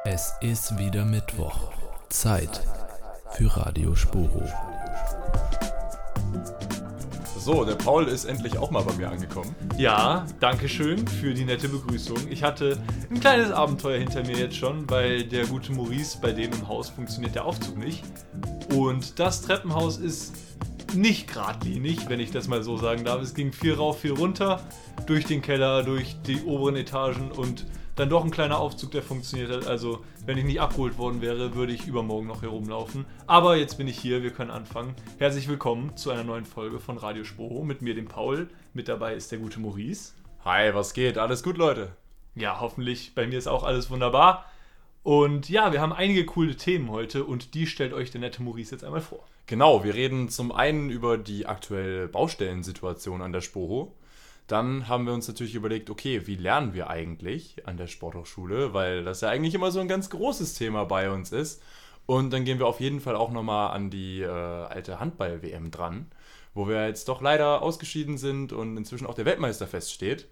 Es ist wieder Mittwoch. Zeit für Radio Sporo. So, der Paul ist endlich auch mal bei mir angekommen. Ja, danke schön für die nette Begrüßung. Ich hatte ein kleines Abenteuer hinter mir jetzt schon, weil der gute Maurice, bei dem im Haus funktioniert der Aufzug nicht. Und das Treppenhaus ist nicht geradlinig, wenn ich das mal so sagen darf. Es ging viel rauf, viel runter, durch den Keller, durch die oberen Etagen und dann doch ein kleiner Aufzug, der funktioniert hat. Also, wenn ich nicht abgeholt worden wäre, würde ich übermorgen noch hier rumlaufen. Aber jetzt bin ich hier, wir können anfangen. Herzlich willkommen zu einer neuen Folge von Radio Sporo mit mir, dem Paul. Mit dabei ist der gute Maurice. Hi, was geht? Alles gut, Leute? Ja, hoffentlich. Bei mir ist auch alles wunderbar. Und ja, wir haben einige coole Themen heute und die stellt euch der nette Maurice jetzt einmal vor. Genau, wir reden zum einen über die aktuelle Baustellensituation an der Sporo. Dann haben wir uns natürlich überlegt, okay, wie lernen wir eigentlich an der Sporthochschule, weil das ja eigentlich immer so ein ganz großes Thema bei uns ist. Und dann gehen wir auf jeden Fall auch nochmal an die alte Handball-WM dran, wo wir jetzt doch leider ausgeschieden sind und inzwischen auch der Weltmeister feststeht.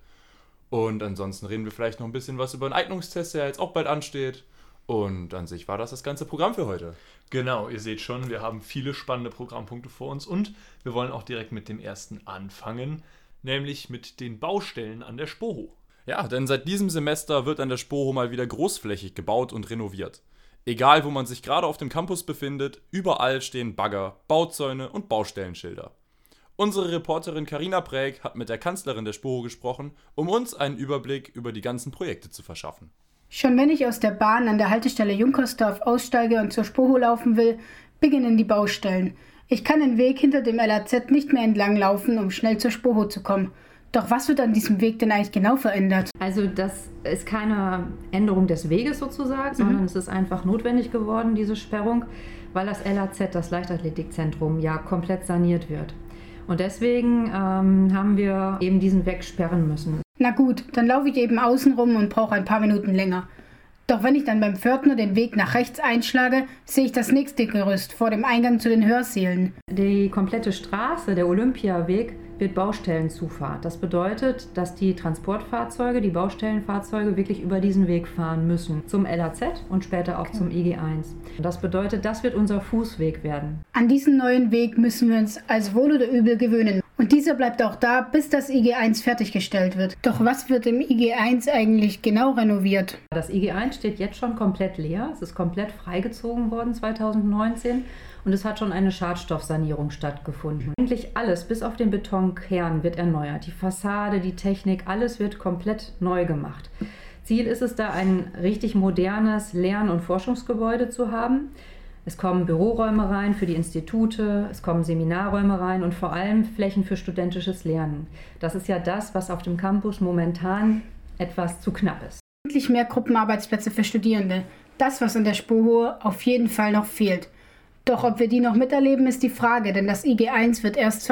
Und ansonsten reden wir vielleicht noch ein bisschen was über den Eignungstest, der jetzt auch bald ansteht. Und an sich war das ganze Programm für heute. Genau, ihr seht schon, wir haben viele spannende Programmpunkte vor uns und wir wollen auch direkt mit dem ersten anfangen, nämlich mit den Baustellen an der Sporo. Ja, denn seit diesem Semester wird an der Sporo mal wieder großflächig gebaut und renoviert. Egal, wo man sich gerade auf dem Campus befindet, überall stehen Bagger, Bauzäune und Baustellenschilder. Unsere Reporterin Carina Präg hat mit der Kanzlerin der Sporo gesprochen, um uns einen Überblick über die ganzen Projekte zu verschaffen. Schon wenn ich aus der Bahn an der Haltestelle Junkersdorf aussteige und zur Sporo laufen will, beginnen die Baustellen. Ich kann den Weg hinter dem LAZ nicht mehr entlang laufen, um schnell zur Sporo zu kommen. Doch was wird an diesem Weg denn eigentlich genau verändert? Also das ist keine Änderung des Weges sozusagen, sondern es ist einfach notwendig geworden, diese Sperrung, weil das LAZ, das Leichtathletikzentrum, ja komplett saniert wird. Und deswegen haben wir eben diesen Weg sperren müssen. Na gut, dann laufe ich eben außen rum und brauche ein paar Minuten länger. Doch wenn ich dann beim Pförtner den Weg nach rechts einschlage, sehe ich das nächste Gerüst vor dem Eingang zu den Hörsälen. Die komplette Straße, der Olympiaweg, wird Baustellenzufahrt. Das bedeutet, dass die Transportfahrzeuge, die Baustellenfahrzeuge wirklich über diesen Weg fahren müssen. Zum LAZ und später auch zum IG1. Das bedeutet, das wird unser Fußweg werden. An diesen neuen Weg müssen wir uns als wohl oder übel gewöhnen. Und dieser bleibt auch da, bis das IG1 fertiggestellt wird. Doch was wird im IG1 eigentlich genau renoviert? Das IG1 steht jetzt schon komplett leer. Es ist komplett freigezogen worden 2019 und es hat schon eine Schadstoffsanierung stattgefunden. Eigentlich alles, bis auf den Betonkern, wird erneuert. Die Fassade, die Technik, alles wird komplett neu gemacht. Ziel ist es da, ein richtig modernes Lern- und Forschungsgebäude zu haben. Es kommen Büroräume rein für die Institute, es kommen Seminarräume rein und vor allem Flächen für studentisches Lernen. Das ist ja das, was auf dem Campus momentan etwas zu knapp ist. Endlich mehr Gruppenarbeitsplätze für Studierende. Das, was an der Sporo auf jeden Fall noch fehlt. Doch ob wir die noch miterleben, ist die Frage, denn das IG1 wird erst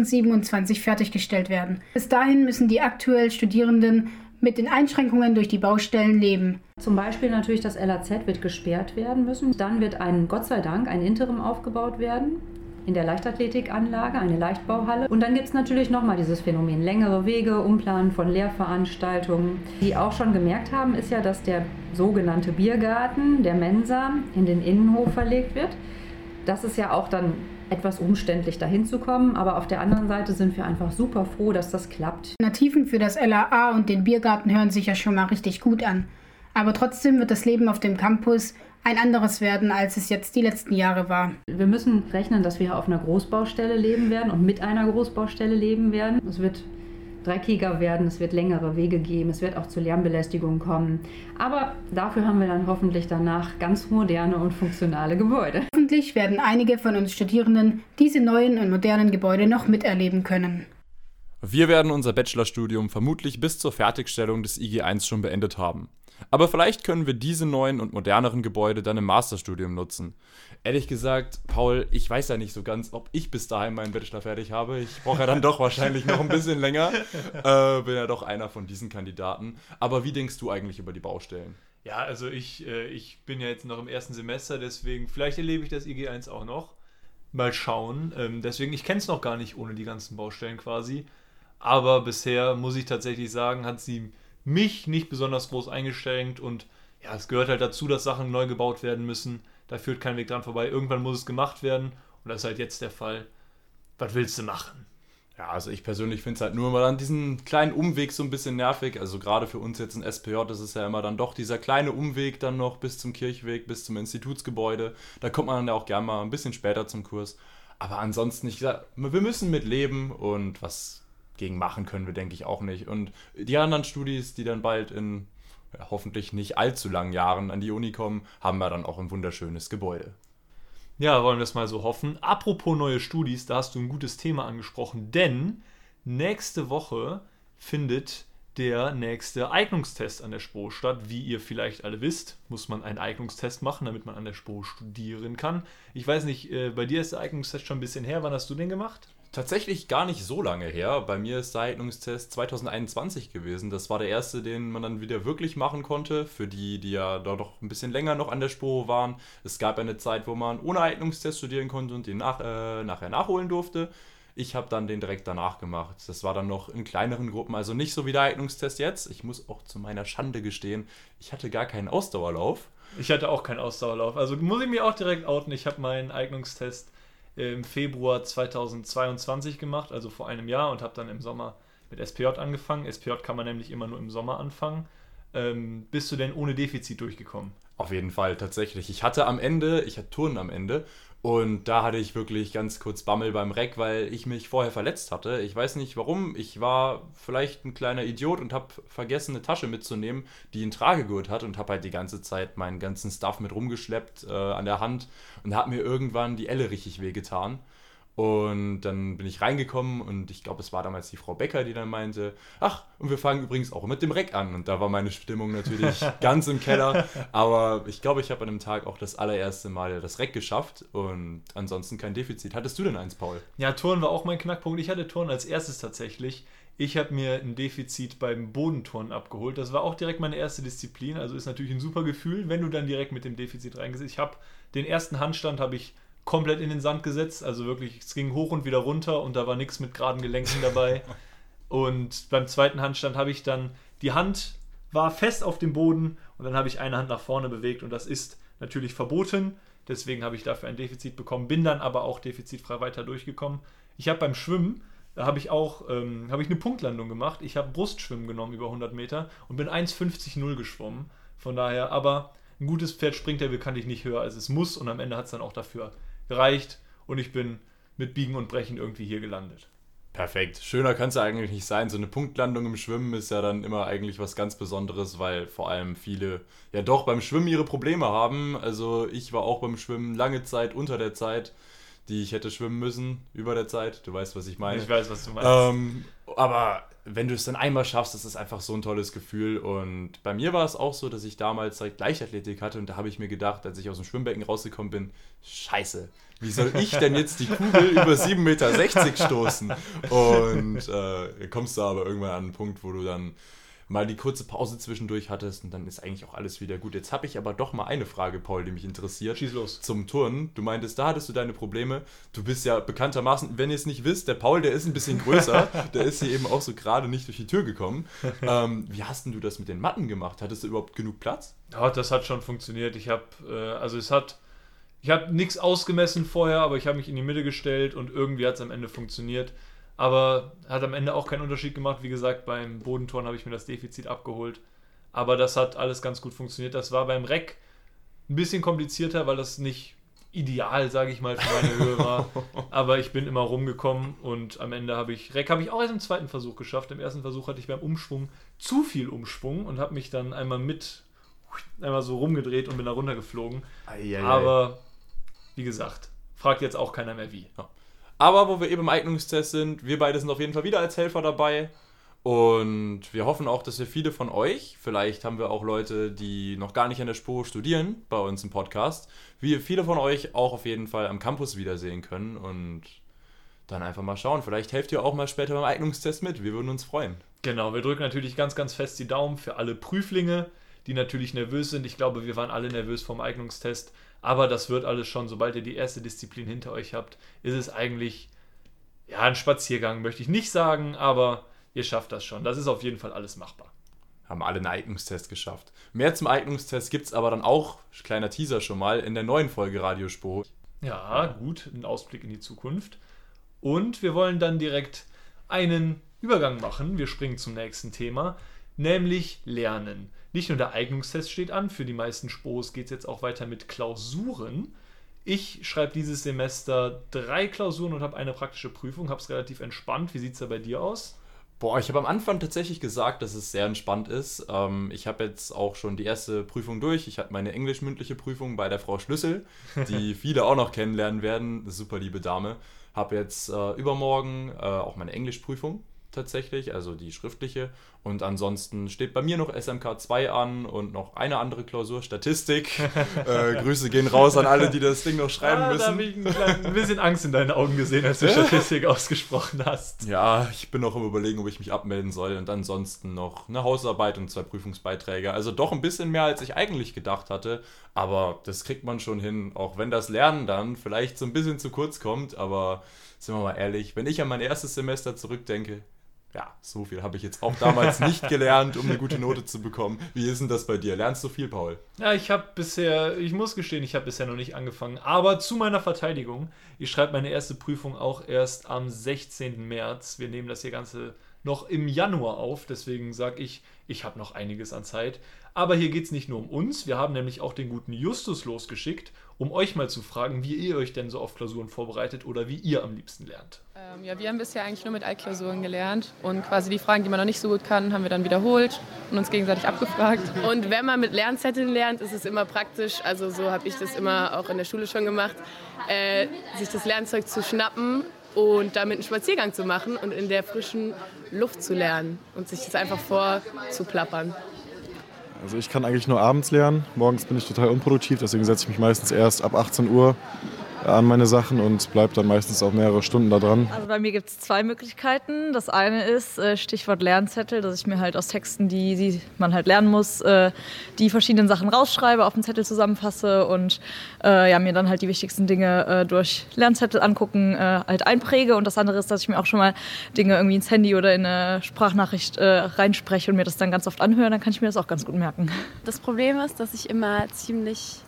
2027 fertiggestellt werden. Bis dahin müssen die aktuell Studierenden mit den Einschränkungen durch die Baustellen leben. Zum Beispiel natürlich das LAZ wird gesperrt werden müssen. Dann wird Gott sei Dank ein Interim aufgebaut werden in der Leichtathletikanlage, eine Leichtbauhalle. Und dann gibt es natürlich nochmal dieses Phänomen, längere Wege, Umplanen von Lehrveranstaltungen. Die auch schon gemerkt haben, ist ja, dass der sogenannte Biergarten, der Mensa, in den Innenhof verlegt wird. Das ist ja auch dann etwas umständlich dahin zu kommen, aber auf der anderen Seite sind wir einfach super froh, dass das klappt. Alternativen für das LAA und den Biergarten hören sich ja schon mal richtig gut an. Aber trotzdem wird das Leben auf dem Campus ein anderes werden, als es jetzt die letzten Jahre war. Wir müssen rechnen, dass wir auf einer Großbaustelle leben werden und mit einer Großbaustelle leben werden. Es wird dreckiger werden, es wird längere Wege geben, es wird auch zu Lärmbelästigung kommen. Aber dafür haben wir dann hoffentlich danach ganz moderne und funktionale Gebäude. Hoffentlich werden einige von uns Studierenden diese neuen und modernen Gebäude noch miterleben können. Wir werden unser Bachelorstudium vermutlich bis zur Fertigstellung des IG1 schon beendet haben. Aber vielleicht können wir diese neuen und moderneren Gebäude dann im Masterstudium nutzen. Ehrlich gesagt, Paul, ich weiß ja nicht so ganz, ob ich bis dahin meinen Bachelor fertig habe. Ich brauche ja dann doch wahrscheinlich noch ein bisschen länger. Bin ja doch einer von diesen Kandidaten. Aber wie denkst du eigentlich über die Baustellen? Ja, also ich bin ja jetzt noch im ersten Semester, deswegen vielleicht erlebe ich das IG1 auch noch. Mal schauen. Deswegen, ich kenne es noch gar nicht ohne die ganzen Baustellen quasi. Aber bisher, muss ich tatsächlich sagen, hat sie mich nicht besonders groß eingeschränkt und ja, es gehört halt dazu, dass Sachen neu gebaut werden müssen. Da führt kein Weg dran vorbei. Irgendwann muss es gemacht werden. Und das ist halt jetzt der Fall. Was willst du machen? Ja, also ich persönlich finde es halt nur immer dann diesen kleinen Umweg so ein bisschen nervig. Also gerade für uns jetzt in SPJ ist es ja immer dann doch dieser kleine Umweg dann noch bis zum Kirchweg, bis zum Institutsgebäude. Da kommt man dann ja auch gerne mal ein bisschen später zum Kurs. Aber ansonsten, wir müssen mit leben und was gegen machen können wir, denke ich, auch nicht. Und die anderen Studis, die dann bald in hoffentlich nicht allzu langen Jahren an die Uni kommen, haben wir dann auch ein wunderschönes Gebäude. Ja, wollen wir es mal so hoffen. Apropos neue Studis, da hast du ein gutes Thema angesprochen, denn nächste Woche findet der nächste Eignungstest an der SPRO statt. Wie ihr vielleicht alle wisst, muss man einen Eignungstest machen, damit man an der SPRO studieren kann. Ich weiß nicht, bei dir ist der Eignungstest schon ein bisschen her. Wann hast du den gemacht? Tatsächlich gar nicht so lange her. Bei mir ist der Eignungstest 2021 gewesen. Das war der erste, den man dann wieder wirklich machen konnte. Für die ja da doch ein bisschen länger noch an der SPRO waren. Es gab eine Zeit, wo man ohne Eignungstest studieren konnte und den nachher nachholen durfte. Ich habe dann den direkt danach gemacht. Das war dann noch in kleineren Gruppen, also nicht so wie der Eignungstest jetzt. Ich muss auch zu meiner Schande gestehen, ich hatte gar keinen Ausdauerlauf. Ich hatte auch keinen Ausdauerlauf. Also muss ich mir auch direkt outen. Ich habe meinen Eignungstest im Februar 2022 gemacht, also vor einem Jahr, und habe dann im Sommer mit SPJ angefangen. SPJ kann man nämlich immer nur im Sommer anfangen. Bist du denn ohne Defizit durchgekommen? Auf jeden Fall, tatsächlich. Ich hatte Turnen am Ende und da hatte ich wirklich ganz kurz Bammel beim Reck, weil ich mich vorher verletzt hatte. Ich weiß nicht warum, ich war vielleicht ein kleiner Idiot und habe vergessen, eine Tasche mitzunehmen, die einen Tragegurt hat, und habe halt die ganze Zeit meinen ganzen Stuff mit rumgeschleppt an der Hand und habe mir irgendwann die Elle richtig wehgetan. Und dann bin ich reingekommen und ich glaube, es war damals die Frau Becker, die dann meinte, ach, und wir fangen übrigens auch mit dem Reck an. Und da war meine Stimmung natürlich ganz im Keller. Aber ich glaube, ich habe an dem Tag auch das allererste Mal das Reck geschafft und ansonsten kein Defizit. Hattest du denn eins, Paul? Ja, Turnen war auch mein Knackpunkt. Ich hatte Turnen als erstes tatsächlich. Ich habe mir ein Defizit beim Bodenturnen abgeholt. Das war auch direkt meine erste Disziplin. Also ist natürlich ein super Gefühl, wenn du dann direkt mit dem Defizit reingesetzt. Ich habe den ersten Handstand komplett in den Sand gesetzt, also wirklich, es ging hoch und wieder runter und da war nichts mit geraden Gelenken dabei. Und beim zweiten Handstand habe ich dann, die Hand war fest auf dem Boden und dann habe ich eine Hand nach vorne bewegt und das ist natürlich verboten, deswegen habe ich dafür ein Defizit bekommen, bin dann aber auch defizitfrei weiter durchgekommen. Ich habe beim Schwimmen, da habe ich eine Punktlandung gemacht, ich habe Brustschwimmen genommen über 100 Meter und bin 1,50,0 geschwommen, von daher, aber ein gutes Pferd springt ja bekanntlich nicht höher als es muss und am Ende hat es dann auch dafür gereicht und ich bin mit Biegen und Brechen irgendwie hier gelandet. Perfekt. Schöner kann es ja eigentlich nicht sein. So eine Punktlandung im Schwimmen ist ja dann immer eigentlich was ganz Besonderes, weil vor allem viele ja doch beim Schwimmen ihre Probleme haben. Also ich war auch beim Schwimmen lange Zeit unter der Zeit, die ich hätte schwimmen müssen, über der Zeit. Du weißt, was ich meine. Ich weiß, was du meinst. Aber wenn du es dann einmal schaffst, das ist einfach so ein tolles Gefühl. Und bei mir war es auch so, dass ich damals halt Leichtathletik hatte und da habe ich mir gedacht, als ich aus dem Schwimmbecken rausgekommen bin, scheiße, wie soll ich denn jetzt die Kugel über 7,60 Meter stoßen? Und kommst du aber irgendwann an einen Punkt, wo du dann mal die kurze Pause zwischendurch hattest und dann ist eigentlich auch alles wieder gut. Jetzt habe ich aber doch mal eine Frage, Paul, die mich interessiert. Schieß los. Zum Turnen. Du meintest, da hattest du deine Probleme. Du bist ja bekanntermaßen, wenn ihr es nicht wisst, der Paul, der ist ein bisschen größer. Der ist hier eben auch so gerade nicht durch die Tür gekommen. Wie hast denn du das mit den Matten gemacht? Hattest du überhaupt genug Platz? Ja, das hat schon funktioniert. Ich habe nichts ausgemessen vorher, aber ich habe mich in die Mitte gestellt und irgendwie hat es am Ende funktioniert. Aber hat am Ende auch keinen Unterschied gemacht. Wie gesagt, beim Bodenturnen habe ich mir das Defizit abgeholt. Aber das hat alles ganz gut funktioniert. Das war beim Reck ein bisschen komplizierter, weil das nicht ideal, sage ich mal, für meine Höhe war. Aber ich bin immer rumgekommen und am Ende Reck habe ich auch erst im zweiten Versuch geschafft. Im ersten Versuch hatte ich beim Umschwung zu viel Umschwung und habe mich dann einmal so rumgedreht und bin da runtergeflogen. Aber wie gesagt, fragt jetzt auch keiner mehr wie. Ja. Aber wo wir eben im Eignungstest sind, wir beide sind auf jeden Fall wieder als Helfer dabei und wir hoffen auch, dass wir viele von euch, vielleicht haben wir auch Leute, die noch gar nicht an der SPRO studieren bei uns im Podcast, wir viele von euch auch auf jeden Fall am Campus wiedersehen können und dann einfach mal schauen. Vielleicht helft ihr auch mal später beim Eignungstest mit, wir würden uns freuen. Genau, wir drücken natürlich ganz, ganz fest die Daumen für alle Prüflinge, die natürlich nervös sind. Ich glaube, wir waren alle nervös vom Eignungstest. Aber das wird alles schon, sobald ihr die erste Disziplin hinter euch habt, ist es eigentlich, ja, ein Spaziergang, möchte ich nicht sagen, aber ihr schafft das schon. Das ist auf jeden Fall alles machbar. haben alle einen Eignungstest geschafft. Mehr zum Eignungstest gibt es aber dann auch, kleiner Teaser schon mal, in der neuen Folge Radio Spoho. Ja, gut, ein Ausblick in die Zukunft. Und wir wollen dann direkt einen Übergang machen. Wir springen zum nächsten Thema, nämlich Lernen. Nicht nur der Eignungstest steht an, für die meisten Spohos geht es jetzt auch weiter mit Klausuren. Ich schreibe dieses Semester 3 Klausuren und habe eine praktische Prüfung, habe es relativ entspannt. Wie sieht es da bei dir aus? Boah, ich habe am Anfang tatsächlich gesagt, dass es sehr entspannt ist. Ich habe jetzt auch schon die erste Prüfung durch. Ich hatte meine englisch-mündliche Prüfung bei der Frau Schlüssel, die viele auch noch kennenlernen werden. Eine super liebe Dame. Habe jetzt übermorgen auch meine Englischprüfung tatsächlich, also die schriftliche. Und ansonsten steht bei mir noch SMK 2 an und noch eine andere Klausur, Statistik. Grüße gehen raus an alle, die das Ding noch schreiben müssen. Da habe ich ein bisschen Angst in deinen Augen gesehen, als du Statistik ausgesprochen hast. Ja, ich bin noch im Überlegen, ob ich mich abmelden soll. Und ansonsten noch eine Hausarbeit und 2 Prüfungsbeiträge. Also doch ein bisschen mehr, als ich eigentlich gedacht hatte. Aber das kriegt man schon hin, auch wenn das Lernen dann vielleicht so ein bisschen zu kurz kommt. Aber sind wir mal ehrlich, wenn ich an mein erstes Semester zurückdenke, ja, so viel habe ich jetzt auch damals nicht gelernt, um eine gute Note zu bekommen. Wie ist denn das bei dir? Lernst du viel, Paul? Ja, ich muss gestehen, ich habe bisher noch nicht angefangen. Aber zu meiner Verteidigung, ich schreibe meine erste Prüfung auch erst am 16. März. Wir nehmen das hier Ganze noch im Januar auf, deswegen sage ich habe noch einiges an Zeit. Aber hier geht es nicht nur um uns, wir haben nämlich auch den guten Justus losgeschickt, um euch mal zu fragen, wie ihr euch denn so auf Klausuren vorbereitet oder wie ihr am liebsten lernt. Ja, wir haben bisher eigentlich nur mit Altklausuren gelernt und quasi die Fragen, die man noch nicht so gut kann, haben wir dann wiederholt und uns gegenseitig abgefragt. Und wenn man mit Lernzetteln lernt, ist es immer praktisch, also so habe ich das immer auch in der Schule schon gemacht, sich das Lernzeug zu schnappen und damit einen Spaziergang zu machen und in der frischen Luft zu lernen und sich das einfach vorzuplappern. Also ich kann eigentlich nur abends lernen. Morgens bin ich total unproduktiv, deswegen setze ich mich meistens erst ab 18 Uhr an meine Sachen und bleibe dann meistens auch mehrere Stunden da dran. Also bei mir gibt es 2 Möglichkeiten. Das eine ist Stichwort Lernzettel, dass ich mir halt aus Texten, die man halt lernen muss, die verschiedenen Sachen rausschreibe, auf den Zettel zusammenfasse und mir dann halt die wichtigsten Dinge durch Lernzettel angucken, halt einpräge. Und das andere ist, dass ich mir auch schon mal Dinge irgendwie ins Handy oder in eine Sprachnachricht reinspreche und mir das dann ganz oft anhöre, dann kann ich mir das auch ganz gut merken. Das Problem ist, dass ich immer ziemlich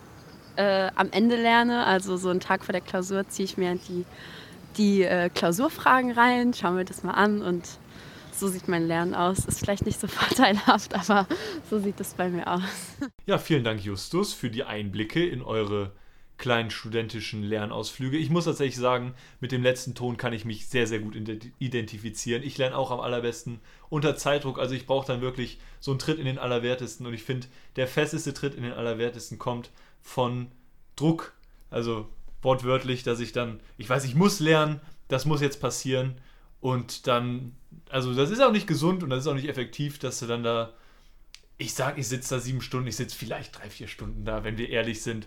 am Ende lerne, also so einen Tag vor der Klausur ziehe ich mir die Klausurfragen rein, schaue mir das mal an und so sieht mein Lernen aus. Ist vielleicht nicht so vorteilhaft, aber so sieht es bei mir aus. Ja, vielen Dank Justus für die Einblicke in eure kleinen studentischen Lernausflüge. Ich muss tatsächlich sagen, mit dem letzten Ton kann ich mich sehr, sehr gut identifizieren. Ich lerne auch am allerbesten unter Zeitdruck, also ich brauche dann wirklich so einen Tritt in den Allerwertesten und ich finde, der festeste Tritt in den Allerwertesten kommt von Druck, also wortwörtlich, dass ich dann, ich weiß, ich muss lernen, das muss jetzt passieren und dann, also das ist auch nicht gesund und das ist auch nicht effektiv, dass du dann da, ich sitze da 7 Stunden, ich sitze vielleicht 3-4 Stunden da, wenn wir ehrlich sind,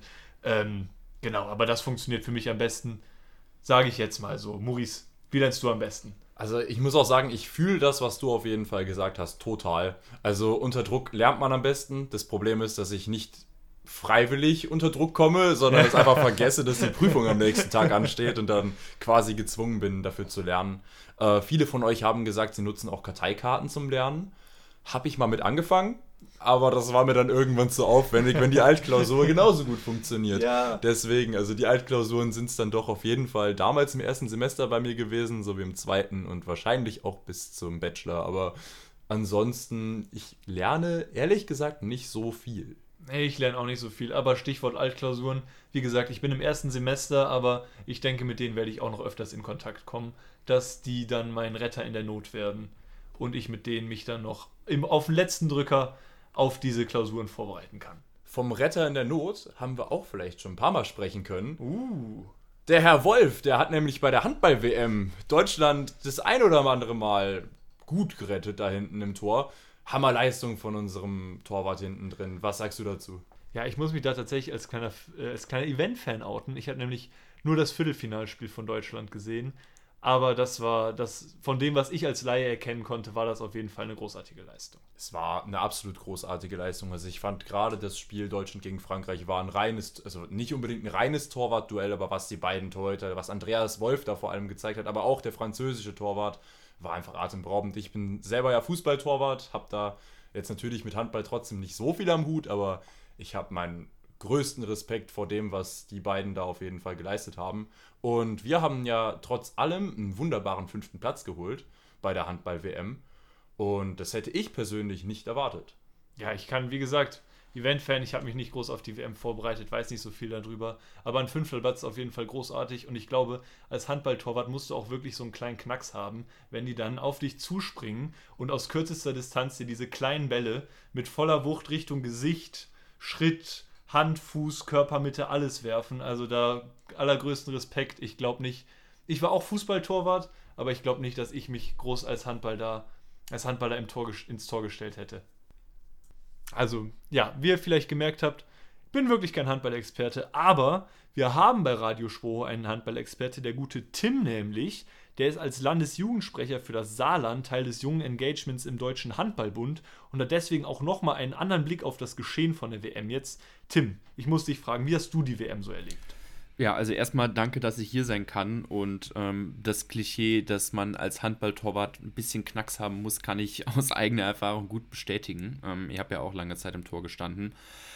genau, aber das funktioniert für mich am besten, sage ich jetzt mal so. Maurice, wie lernst du am besten? Also ich muss auch sagen, ich fühle das, was du auf jeden Fall gesagt hast, total. Also unter Druck lernt man am besten. Das Problem ist, dass ich nicht freiwillig unter Druck komme, sondern es einfach vergesse, dass die Prüfung am nächsten Tag ansteht und dann quasi gezwungen bin, dafür zu lernen. Viele von euch haben gesagt, sie nutzen auch Karteikarten zum Lernen. Habe ich mal mit angefangen, aber das war mir dann irgendwann zu aufwendig, wenn die Altklausur genauso gut funktioniert. Ja. Deswegen, also die Altklausuren sind es dann doch auf jeden Fall damals im ersten Semester bei mir gewesen, so wie im zweiten und wahrscheinlich auch bis zum Bachelor. Aber ansonsten, ich lerne ehrlich gesagt nicht so viel. Ich lerne auch nicht so viel, aber Stichwort Altklausuren. Wie gesagt, ich bin im ersten Semester, aber ich denke, mit denen werde ich auch noch öfters in Kontakt kommen, dass die dann mein Retter in der Not werden und ich mit denen mich dann noch auf den letzten Drücker auf diese Klausuren vorbereiten kann. Vom Retter in der Not haben wir auch vielleicht schon ein paar Mal sprechen können. Der Herr Wolf, der hat nämlich bei der Handball-WM Deutschland das ein oder andere Mal gut gerettet da hinten im Tor. Hammerleistung von unserem Torwart hinten drin. Was sagst du dazu? Ja, ich muss mich da tatsächlich als kleiner Event-Fan outen. Ich habe nämlich nur das Viertelfinalspiel von Deutschland gesehen. Aber von dem, was ich als Laie erkennen konnte, war das auf jeden Fall eine großartige Leistung. Es war eine absolut großartige Leistung. Also ich fand gerade das Spiel Deutschland gegen Frankreich war ein reines, also nicht unbedingt ein reines Torwartduell, aber was die beiden Torhüter, was Andreas Wolf da vor allem gezeigt hat, aber auch der französische Torwart, war einfach atemberaubend. Ich bin selber ja Fußballtorwart, habe da jetzt natürlich mit Handball trotzdem nicht so viel am Hut, aber ich habe meinen größten Respekt vor dem, was die beiden da auf jeden Fall geleistet haben. Und wir haben ja trotz allem einen wunderbaren 5. Platz geholt bei der Handball-WM. Und das hätte ich persönlich nicht erwartet. Ja, ich kann, wie gesagt, Event-Fan, ich habe mich nicht groß auf die WM vorbereitet, weiß nicht so viel darüber. Aber ein 5. Platz ist auf jeden Fall großartig. Und ich glaube, als Handballtorwart musst du auch wirklich so einen kleinen Knacks haben, wenn die dann auf dich zuspringen und aus kürzester Distanz dir diese kleinen Bälle mit voller Wucht Richtung Gesicht, Schritt, Hand, Fuß, Körpermitte, alles werfen. Also da allergrößten Respekt. Ich glaube nicht, ich war auch Fußballtorwart, aber ich glaube nicht, dass ich mich groß als Handballer ins Tor gestellt hätte. Also, ja, wie ihr vielleicht gemerkt habt, bin wirklich kein Handballexperte, aber wir haben bei Radio Spoho einen Handballexperte, der gute Tim nämlich, der ist als Landesjugendsprecher für das Saarland Teil des jungen Engagements im Deutschen Handballbund und hat deswegen auch nochmal einen anderen Blick auf das Geschehen von der WM. Jetzt, Tim, ich muss dich fragen, wie hast du die WM so erlebt? Ja, also erstmal danke, dass ich hier sein kann und das Klischee, dass man als Handballtorwart ein bisschen Knacks haben muss, kann ich aus eigener Erfahrung gut bestätigen. Ich habe ja auch lange Zeit im Tor gestanden.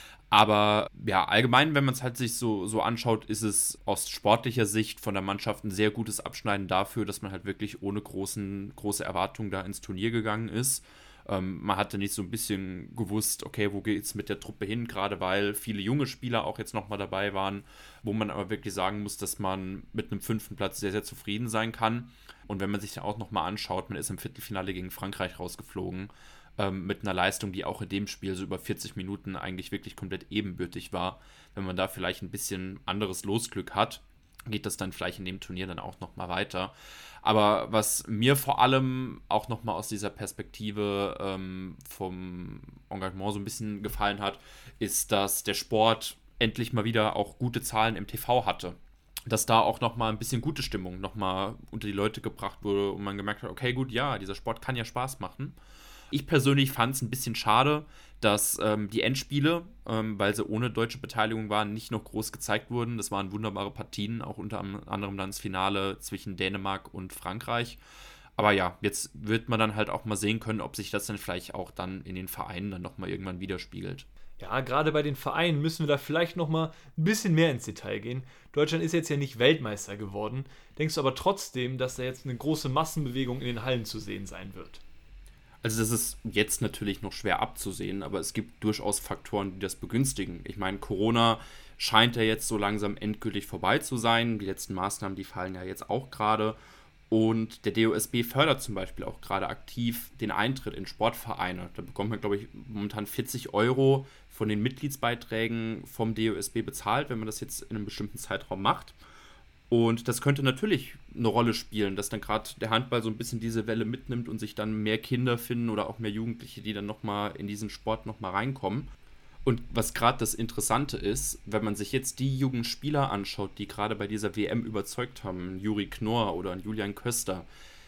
Aber ja, allgemein, wenn man es halt sich so anschaut, ist es aus sportlicher Sicht von der Mannschaft ein sehr gutes Abschneiden dafür, dass man halt wirklich ohne große Erwartungen da ins Turnier gegangen ist. Man hatte nicht so ein bisschen gewusst, okay, wo geht es mit der Truppe hin, gerade weil viele junge Spieler auch jetzt nochmal dabei waren, wo man aber wirklich sagen muss, dass man mit einem 5. Platz sehr, sehr zufrieden sein kann. Und wenn man sich da auch nochmal anschaut, man ist im Viertelfinale gegen Frankreich rausgeflogen, mit einer Leistung, die auch in dem Spiel so über 40 Minuten eigentlich wirklich komplett ebenbürtig war. Wenn man da vielleicht ein bisschen anderes Losglück hat, geht das dann vielleicht in dem Turnier dann auch nochmal weiter. Aber was mir vor allem auch nochmal aus dieser Perspektive vom Engagement so ein bisschen gefallen hat, ist, dass der Sport endlich mal wieder auch gute Zahlen im TV hatte. Dass da auch nochmal ein bisschen gute Stimmung nochmal unter die Leute gebracht wurde und man gemerkt hat, okay, gut, ja, dieser Sport kann ja Spaß machen. Ich persönlich fand es ein bisschen schade, dass die Endspiele, weil sie ohne deutsche Beteiligung waren, nicht noch groß gezeigt wurden. Das waren wunderbare Partien, auch unter anderem dann das Finale zwischen Dänemark und Frankreich. Aber ja, jetzt wird man dann halt auch mal sehen können, ob sich das dann vielleicht auch dann in den Vereinen dann nochmal irgendwann widerspiegelt. Ja, gerade bei den Vereinen müssen wir da vielleicht nochmal ein bisschen mehr ins Detail gehen. Deutschland ist jetzt ja nicht Weltmeister geworden. Denkst du aber trotzdem, dass da jetzt eine große Massenbewegung in den Hallen zu sehen sein wird? Also das ist jetzt natürlich noch schwer abzusehen, aber es gibt durchaus Faktoren, die das begünstigen. Ich meine, Corona scheint ja jetzt so langsam endgültig vorbei zu sein. Die letzten Maßnahmen, die fallen ja jetzt auch gerade. Und der DOSB fördert zum Beispiel auch gerade aktiv den Eintritt in Sportvereine. Da bekommt man, glaube ich, momentan 40 € von den Mitgliedsbeiträgen vom DOSB bezahlt, wenn man das jetzt in einem bestimmten Zeitraum macht. Und das könnte natürlich eine Rolle spielen, dass dann gerade der Handball so ein bisschen diese Welle mitnimmt und sich dann mehr Kinder finden oder auch mehr Jugendliche, die dann nochmal in diesen Sport nochmal reinkommen. Und was gerade das Interessante ist, wenn man sich jetzt die jungen Spieler anschaut, die gerade bei dieser WM überzeugt haben, Juri Knorr oder Julian Köster,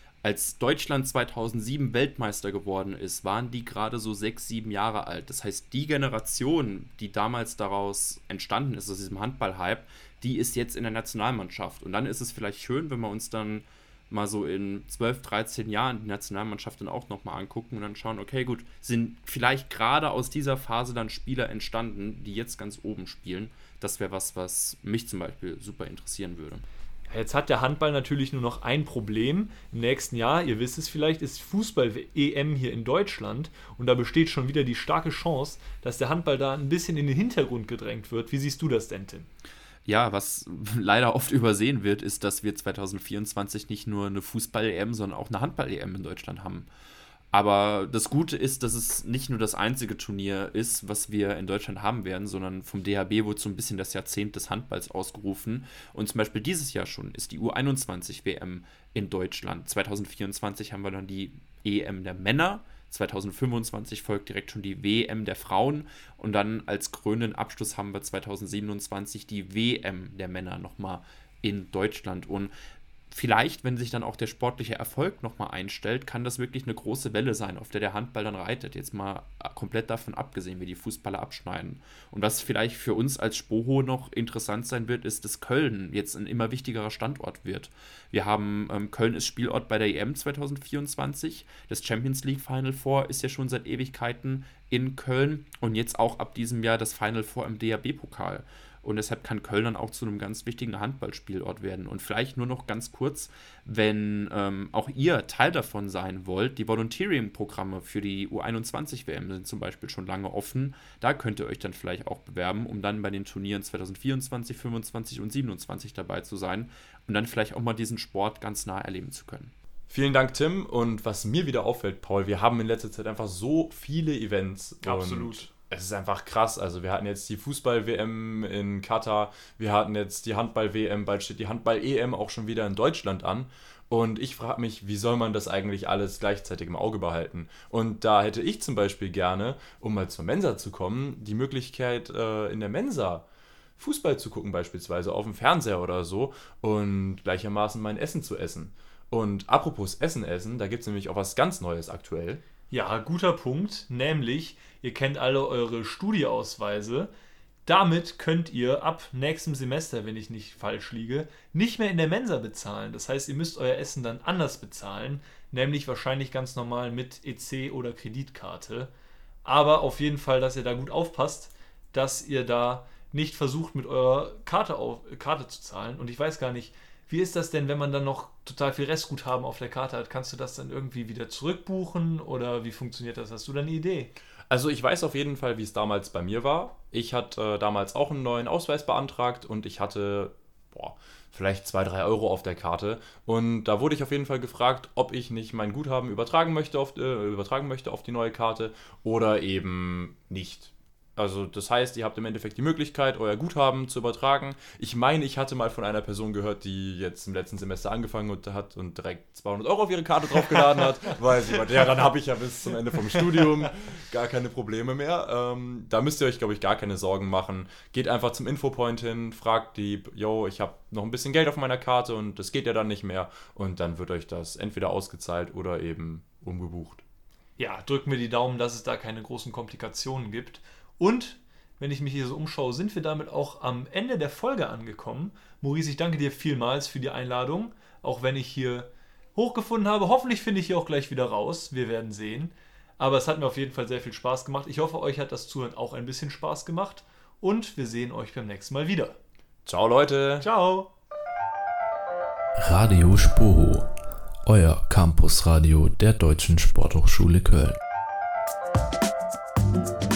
als Deutschland 2007 Weltmeister geworden ist, waren die gerade so 6, 7 Jahre alt. Das heißt, die Generation, die damals daraus entstanden ist, aus diesem Handball-Hype, die ist jetzt in der Nationalmannschaft. Und dann ist es vielleicht schön, wenn wir uns dann mal so in 12, 13 Jahren die Nationalmannschaft dann auch nochmal angucken und dann schauen, okay, gut, sind vielleicht gerade aus dieser Phase dann Spieler entstanden, die jetzt ganz oben spielen. Das wäre was mich zum Beispiel super interessieren würde. Jetzt hat der Handball natürlich nur noch ein Problem. Im nächsten Jahr, ihr wisst es vielleicht, ist Fußball-EM hier in Deutschland und da besteht schon wieder die starke Chance, dass der Handball da ein bisschen in den Hintergrund gedrängt wird. Wie siehst du das denn, Tim? Ja, was leider oft übersehen wird, ist, dass wir 2024 nicht nur eine Fußball-EM, sondern auch eine Handball-EM in Deutschland haben. Aber das Gute ist, dass es nicht nur das einzige Turnier ist, was wir in Deutschland haben werden, sondern vom DHB wurde so ein bisschen das Jahrzehnt des Handballs ausgerufen. Und zum Beispiel dieses Jahr schon ist die U21-WM in Deutschland. 2024 haben wir dann die EM der Männer. 2025 folgt direkt schon die WM der Frauen. Und dann als krönenden Abschluss haben wir 2027 die WM der Männer nochmal in Deutschland. Und vielleicht, wenn sich dann auch der sportliche Erfolg nochmal einstellt, kann das wirklich eine große Welle sein, auf der Handball dann reitet. Jetzt mal komplett davon abgesehen, wie die Fußballer abschneiden. Und was vielleicht für uns als Spoho noch interessant sein wird, ist, dass Köln jetzt ein immer wichtigerer Standort wird. Wir haben, Köln ist Spielort bei der EM 2024. Das Champions League Final Four ist ja schon seit Ewigkeiten in Köln und jetzt auch ab diesem Jahr das Final Four im DHB-Pokal. Und deshalb kann Köln dann auch zu einem ganz wichtigen Handballspielort werden. Und vielleicht nur noch ganz kurz, wenn auch ihr Teil davon sein wollt, die Volunteering-Programme für die U21-WM sind zum Beispiel schon lange offen. Da könnt ihr euch dann vielleicht auch bewerben, um dann bei den Turnieren 2024, 25 und 27 dabei zu sein und dann vielleicht auch mal diesen Sport ganz nah erleben zu können. Vielen Dank, Tim. Und was mir wieder auffällt, Paul, wir haben in letzter Zeit einfach so viele Events. Absolut. Es ist einfach krass. Also wir hatten jetzt die Fußball-WM in Katar, wir hatten jetzt die Handball-WM, bald steht die Handball-EM auch schon wieder in Deutschland an. Und ich frage mich, wie soll man das eigentlich alles gleichzeitig im Auge behalten? Und da hätte ich zum Beispiel gerne, um mal zur Mensa zu kommen, die Möglichkeit in der Mensa Fußball zu gucken beispielsweise auf dem Fernseher oder so und gleichermaßen mein Essen zu essen. Und apropos Essen, da gibt es nämlich auch was ganz Neues aktuell. Ja, guter Punkt, nämlich ihr kennt alle eure Studieausweise. Damit könnt ihr ab nächstem Semester, wenn ich nicht falsch liege, nicht mehr in der Mensa bezahlen. Das heißt, ihr müsst euer Essen dann anders bezahlen, nämlich wahrscheinlich ganz normal mit EC oder Kreditkarte. Aber auf jeden Fall, dass ihr da gut aufpasst, dass ihr da nicht versucht, mit eurer Karte zu zahlen. Und ich weiß gar nicht, wie ist das denn, wenn man dann noch total viel Restguthaben auf der Karte hat? Kannst du das dann irgendwie wieder zurückbuchen oder wie funktioniert das? Hast du da eine Idee? Also ich weiß auf jeden Fall, wie es damals bei mir war. Ich hatte damals auch einen neuen Ausweis beantragt und ich hatte vielleicht 2-3 Euro auf der Karte. Und da wurde ich auf jeden Fall gefragt, ob ich nicht mein Guthaben übertragen möchte auf die neue Karte oder eben nicht. Also das heißt, ihr habt im Endeffekt die Möglichkeit, euer Guthaben zu übertragen. Ich meine, ich hatte mal von einer Person gehört, die jetzt im letzten Semester angefangen hat und direkt 200 Euro auf ihre Karte draufgeladen hat, weil sie meinte, ja, dann habe ich ja bis zum Ende vom Studium gar keine Probleme mehr. Da müsst ihr euch, glaube ich, gar keine Sorgen machen. Geht einfach zum Infopoint hin, fragt die, ich habe noch ein bisschen Geld auf meiner Karte und das geht ja dann nicht mehr. Und dann wird euch das entweder ausgezahlt oder eben umgebucht. Ja, drücken wir die Daumen, dass es da keine großen Komplikationen gibt. Und, wenn ich mich hier so umschaue, sind wir damit auch am Ende der Folge angekommen. Maurice, ich danke dir vielmals für die Einladung, auch wenn ich hier hochgefunden habe. Hoffentlich finde ich hier auch gleich wieder raus, wir werden sehen. Aber es hat mir auf jeden Fall sehr viel Spaß gemacht. Ich hoffe, euch hat das Zuhören auch ein bisschen Spaß gemacht. Und wir sehen euch beim nächsten Mal wieder. Ciao, Leute. Ciao. Radio Spoho, euer Campusradio der Deutschen Sporthochschule Köln.